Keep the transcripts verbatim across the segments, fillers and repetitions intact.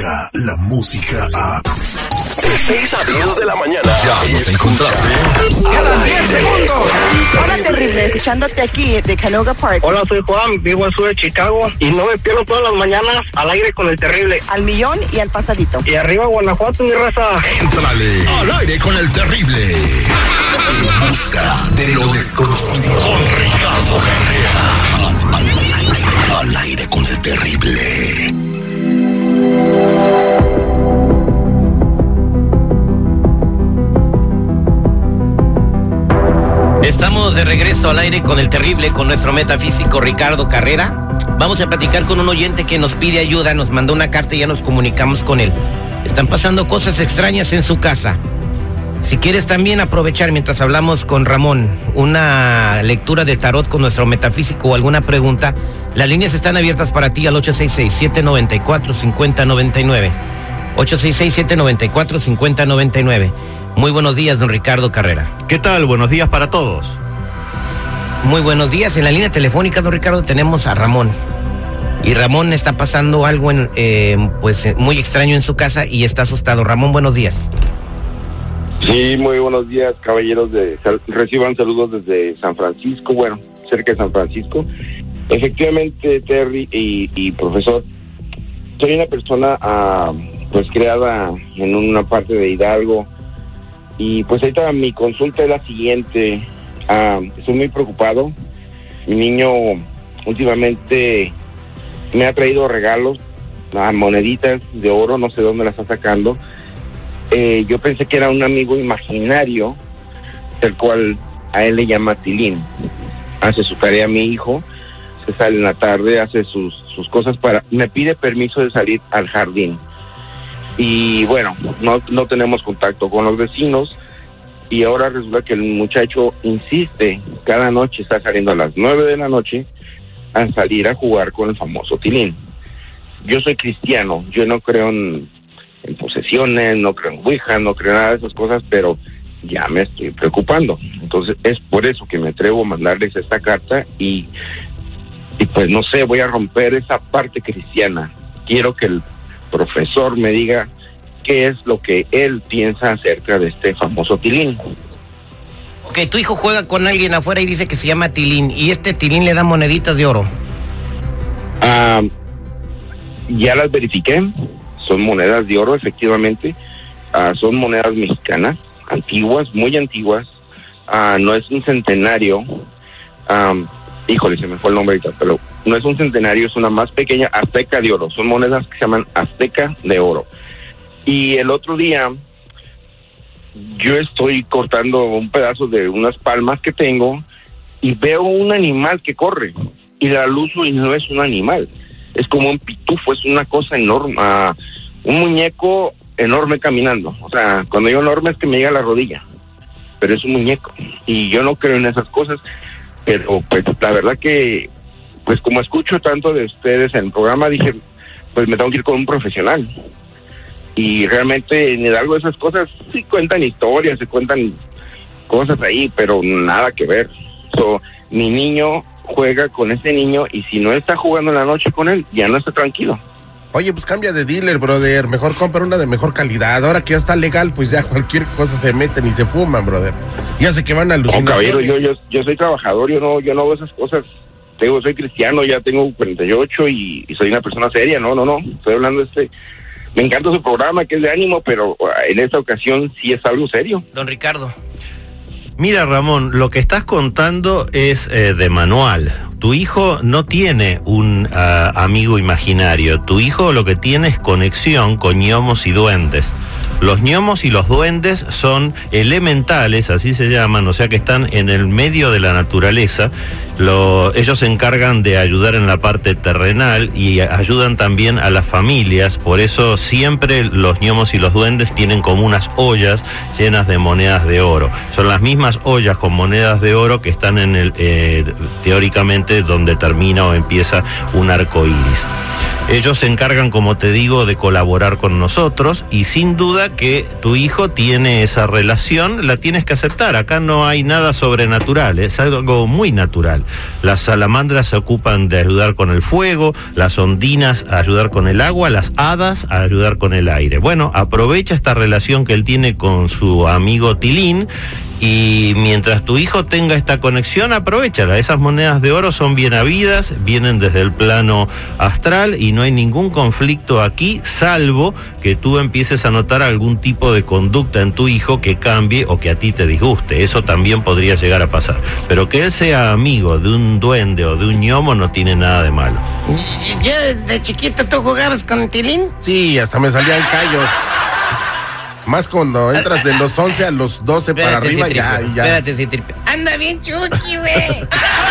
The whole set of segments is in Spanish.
llega la música a... De seis a diez de la mañana. Ya nos encontramos. ¡Quedan diez segundos! Hola, Terrible, escuchándote aquí de Canoga Park. Hola, soy Juan, vivo al sur de Chicago y no me pierdo todas las mañanas al aire con el Terrible. Al millón y al pasadito. Y arriba Guanajuato, mi raza. Entrale al aire con el Terrible. En busca de lo desconocido. Con Ricardo Carrera. Al, al, al, al aire con el Terrible. Estamos de regreso al aire con el Terrible, con nuestro metafísico Ricardo Carrera. Vamos a platicar con un oyente que nos pide ayuda, nos mandó una carta y ya nos comunicamos con él. Están pasando cosas extrañas en su casa. Si quieres también aprovechar mientras hablamos con Ramón, una lectura de tarot con nuestro metafísico o alguna pregunta, las líneas están abiertas para ti al ocho seis seis, siete nueve cuatro, cinco cero nueve nueve. ocho seis seis, siete nueve cuatro, cinco cero nueve nueve. Muy buenos días, don Ricardo Carrera. ¿Qué tal? Buenos días para todos. Muy buenos días. En la línea telefónica, don Ricardo, tenemos a Ramón. Y Ramón está pasando algo en, eh, pues, muy extraño en su casa y está asustado. Ramón, buenos días. Sí, muy buenos días, caballeros. De Reciban saludos desde San Francisco, bueno, cerca de San Francisco. Efectivamente, Terry y, y profesor, soy una persona uh, pues creada en una parte de Hidalgo. Y pues ahorita mi consulta es la siguiente. Uh, estoy muy preocupado. Mi niño últimamente me ha traído regalos, uh, moneditas de oro, no sé dónde las está sacando. Eh, yo pensé que era un amigo imaginario, el cual a él le llama Tilín. Hace su tarea mi hijo, se sale en la tarde, hace sus, sus cosas para... Me pide permiso de salir al jardín. Y bueno, no, no tenemos contacto con los vecinos y ahora resulta que el muchacho insiste, cada noche está saliendo a las nueve de la noche a salir a jugar con el famoso Tilín. Yo soy cristiano, yo no creo en, en posesiones, no creo en Ouija, no creo en nada de esas cosas, pero ya me estoy preocupando. Entonces es por eso que me atrevo a mandarles esta carta y, y pues no sé, voy a romper esa parte cristiana. Quiero que el profesor me diga qué es lo que él piensa acerca de este famoso Tilín. Ok, tu hijo juega con alguien afuera y dice que se llama Tilín, y este Tilín le da moneditas de oro. Ah, ya las verifiqué, son monedas de oro, efectivamente. Ah, son monedas mexicanas, antiguas, muy antiguas. Ah, no es un centenario. Ah, híjole, se me fue el nombre ahorita, pero no es un centenario, es una más pequeña, azteca de oro. Son monedas que se llaman azteca de oro. Y el otro día, yo estoy cortando un pedazo de unas palmas que tengo y veo un animal que corre. Y la luz no es un animal, es como un pitufo, es una cosa enorme, uh, un muñeco enorme caminando. O sea, cuando digo enorme es que me llega a la rodilla, pero es un muñeco. Y yo no creo en esas cosas, pero pues la verdad que... Pues como escucho tanto de ustedes en el programa, dije, pues me tengo que ir con un profesional. Y realmente en Hidalgo esas cosas sí cuentan historias, se cuentan cosas ahí, pero nada que ver. So, mi niño juega con ese niño y si no está jugando en la noche con él, ya no está tranquilo. Oye, pues cambia de dealer, brother. Mejor compra una de mejor calidad. Ahora que ya está legal, pues ya cualquier cosa se meten y se fuman, brother. Ya sé que van a alucinar. No, caballero, yo, yo, yo soy trabajador, yo no, yo no hago esas cosas. Tengo, soy cristiano, ya tengo cuarenta y ocho y, y soy una persona seria. No, no, no. Estoy hablando de este... Me encanta su programa, que es de ánimo, pero en esta ocasión sí es algo serio. Don Ricardo. Mira, Ramón, lo que estás contando es eh, de manual. Tu hijo no tiene un uh, amigo imaginario. Tu hijo lo que tiene es conexión con gnomos y duendes. Los gnomos y los duendes son elementales, así se llaman, o sea que están en el medio de la naturaleza. Lo, ellos se encargan de ayudar en la parte terrenal y ayudan también a las familias. Por eso siempre los gnomos y los duendes tienen como unas ollas llenas de monedas de oro. Son las mismas ollas con monedas de oro que están en el, eh, teóricamente, donde termina o empieza un arco iris. Ellos se encargan, como te digo, de colaborar con nosotros y sin duda que tu hijo tiene esa relación, la tienes que aceptar. Acá no hay nada sobrenatural, es algo muy natural. Las salamandras se ocupan de ayudar con el fuego, las ondinas a ayudar con el agua, las hadas a ayudar con el aire. Bueno, aprovecha esta relación que él tiene con su amigo Tilín. Y mientras tu hijo tenga esta conexión, aprovéchala. Esas monedas de oro son bien habidas, vienen desde el plano astral y no hay ningún conflicto aquí, salvo que tú empieces a notar algún tipo de conducta en tu hijo que cambie o que a ti te disguste. Eso también podría llegar a pasar. Pero que él sea amigo de un duende o de un ñomo no tiene nada de malo. Yo de chiquito, ¿tú jugabas con Tilín? Sí, hasta me salían callos. Más cuando entras de los once a los doce para arriba, ya, ya. Espérate, sí, tripe. Anda bien chuki, güey.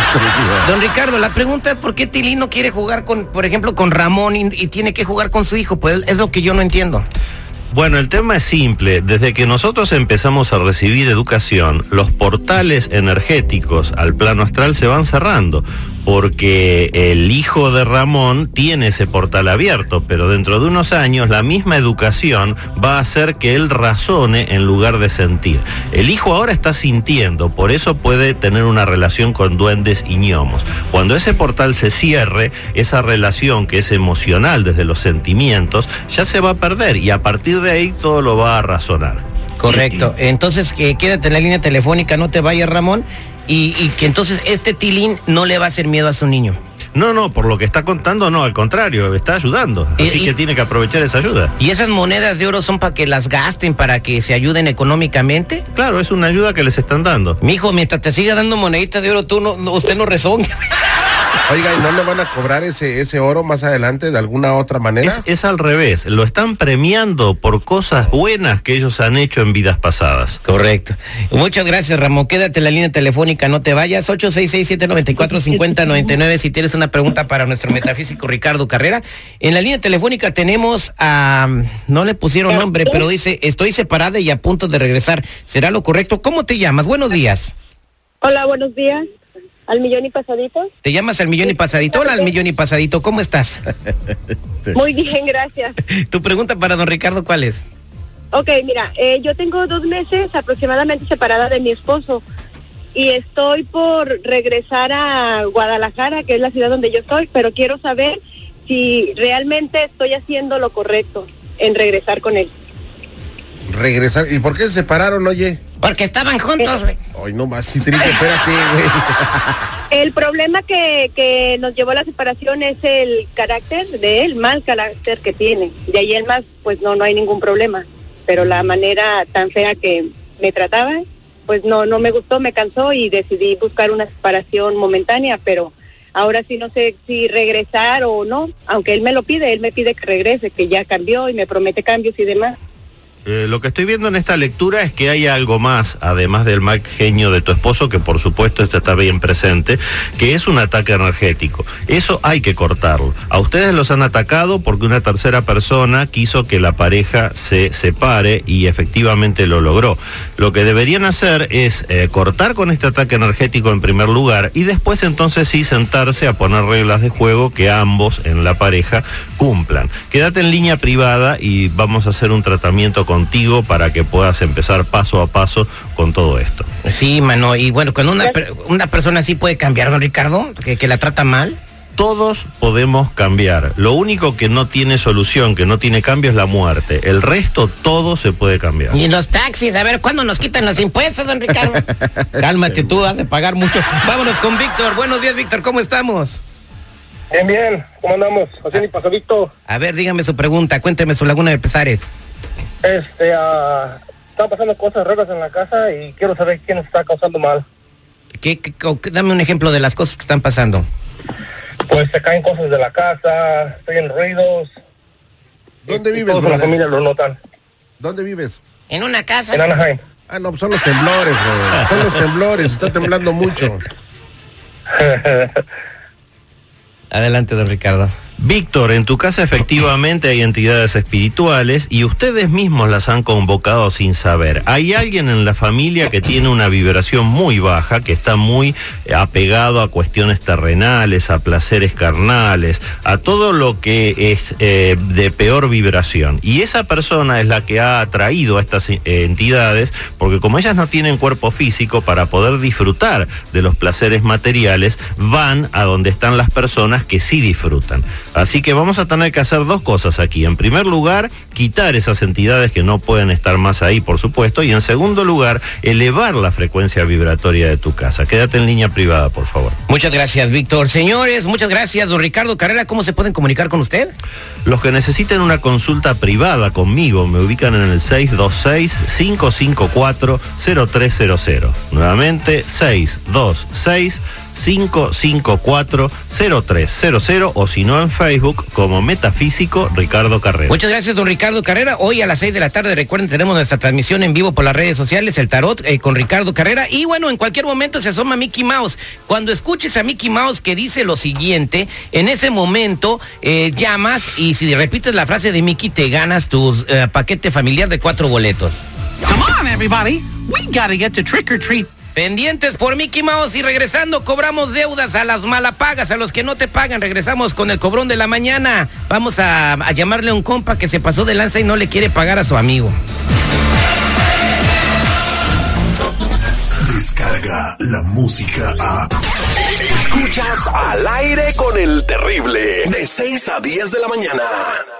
Don Ricardo, la pregunta es por qué Tilín no quiere jugar con, por ejemplo, con Ramón y, y tiene que jugar con su hijo. Pues es lo que yo no entiendo. Bueno, el tema es simple. Desde que nosotros empezamos a recibir educación, los portales energéticos al plano astral se van cerrando, porque el hijo de Ramón tiene ese portal abierto, pero dentro de unos años la misma educación va a hacer que él razone en lugar de sentir. El hijo ahora está sintiendo, por eso puede tener una relación con duendes y ñomos. Cuando ese portal se cierre, esa relación que es emocional desde los sentimientos, ya se va a perder y a partir de ahí todo lo va a razonar. Correcto. Entonces, que quédate en la línea telefónica, no te vayas, Ramón, y, y que entonces este Tilín no le va a hacer miedo a su niño. No, no, por lo que está contando, no, al contrario, está ayudando. Así y, que tiene que aprovechar esa ayuda. ¿Y esas monedas de oro son para que las gasten, para que se ayuden económicamente? Claro, es una ayuda que les están dando. Mijo, mientras te siga dando moneditas de oro, tú no, no usted no rezonga. Oiga, ¿y no le van a cobrar ese ese oro más adelante de alguna otra manera? Es, es al revés, lo están premiando por cosas buenas que ellos han hecho en vidas pasadas. Correcto. Muchas gracias, Ramón. Quédate en la línea telefónica, no te vayas. ocho seis seis, siete nueve cuatro, cinco cero nueve nueve si tienes una pregunta para nuestro metafísico Ricardo Carrera. En la línea telefónica tenemos a... no le pusieron nombre, pero dice, estoy separada y a punto de regresar. ¿Será lo correcto? ¿Cómo te llamas? Buenos días. Hola, buenos días. ¿Al millón y pasadito? ¿Te llamas al millón y pasadito? Hola, al millón y pasadito, ¿cómo estás? Muy bien, gracias. ¿Tu pregunta para don Ricardo cuál es? Ok, mira, eh, yo tengo dos meses aproximadamente separada de mi esposo y estoy por regresar a Guadalajara, que es la ciudad donde yo estoy, pero quiero saber si realmente estoy haciendo lo correcto en regresar con él. Regresar, ¿y por qué se separaron, oye? Porque estaban juntos, güey. Ay, no más, sí, Tripe, espérate, güey. El problema que, que nos llevó a la separación es el carácter de él, mal carácter que tiene. De ahí en más, pues no, no hay ningún problema. Pero la manera tan fea que me trataba, pues no, no me gustó, me cansó y decidí buscar una separación momentánea, pero ahora sí no sé si regresar o no, aunque él me lo pide, él me pide que regrese, que ya cambió y me promete cambios y demás. Eh, lo que estoy viendo en esta lectura es que hay algo más, además del mal genio de tu esposo, que por supuesto está bien presente, que es un ataque energético. Eso hay que cortarlo. A ustedes los han atacado porque una tercera persona quiso que la pareja se separe y efectivamente lo logró. Lo que deberían hacer es eh, cortar con este ataque energético en primer lugar y después entonces sí sentarse a poner reglas de juego que ambos en la pareja cumplan. Quédate en línea privada y vamos a hacer un tratamiento con contigo para que puedas empezar paso a paso con todo esto. Sí, mano, y bueno, cuando una, una persona así puede cambiar, don Ricardo, que, que la trata mal. Todos podemos cambiar. Lo único que no tiene solución, que no tiene cambio, es la muerte. El resto, todo se puede cambiar. Y los taxis, a ver, ¿cuándo nos quitan los impuestos, don Ricardo? Cálmate, tú has de pagar mucho. Vámonos con Víctor. Buenos días, Víctor, ¿cómo estamos? Bien, bien, ¿cómo andamos? Así ni pasadito. A ver, dígame su pregunta, cuénteme su laguna de pesares. Este, uh, están pasando cosas raras en la casa y quiero saber quién está causando mal. ¿Qué, qué, qué, dame un ejemplo de las cosas que están pasando. Pues se caen cosas de la casa, estoy en ruidos. ¿Dónde vives, todos en la familia lo notan. ¿Dónde vives? En una casa. En Anaheim. Ah, no, pues son los temblores, güey. Son los temblores, está temblando mucho. Adelante, don Ricardo. Víctor, en tu casa efectivamente hay entidades espirituales y ustedes mismos las han convocado sin saber. Hay alguien en la familia que tiene una vibración muy baja, que está muy apegado a cuestiones terrenales, a placeres carnales, a todo lo que es eh, de peor vibración. Y esa persona es la que ha atraído a estas eh, entidades, porque como ellas no tienen cuerpo físico, para poder disfrutar de los placeres materiales, van a donde están las personas que sí disfrutan. Así que vamos a tener que hacer dos cosas aquí. En primer lugar, quitar esas entidades que no pueden estar más ahí, por supuesto. Y en segundo lugar, elevar la frecuencia vibratoria de tu casa. Quédate en línea privada, por favor. Muchas gracias, Víctor. Señores, muchas gracias. Don Ricardo Carrera, ¿cómo se pueden comunicar con usted? Los que necesiten una consulta privada conmigo me ubican en el seis dos seis, cinco cinco cuatro, cero tres cero cero. Nuevamente, seis dos seis, cinco cinco cuatro, cero tres cero cero, o si no en Facebook como Metafísico Ricardo Carrera. Muchas gracias, don Ricardo Carrera. Hoy a las seis de la tarde, recuerden, tenemos nuestra transmisión en vivo por las redes sociales, el Tarot eh, con Ricardo Carrera. Y bueno, en cualquier momento se asoma Mickey Mouse. Cuando escuches a Mickey Mouse que dice lo siguiente, en ese momento eh, llamas y si repites la frase de Mickey te ganas tu eh, paquete familiar de cuatro boletos. Come on, everybody. We gotta get to trick or treat. Pendientes por Mickey Mouse y regresando cobramos deudas a las malapagas, a los que no te pagan. Regresamos con el cobrón de la mañana. Vamos a, a llamarle a un compa que se pasó de lanza y no le quiere pagar a su amigo. Descarga la música a... Escuchas Al Aire con el Terrible, de seis a diez de la mañana.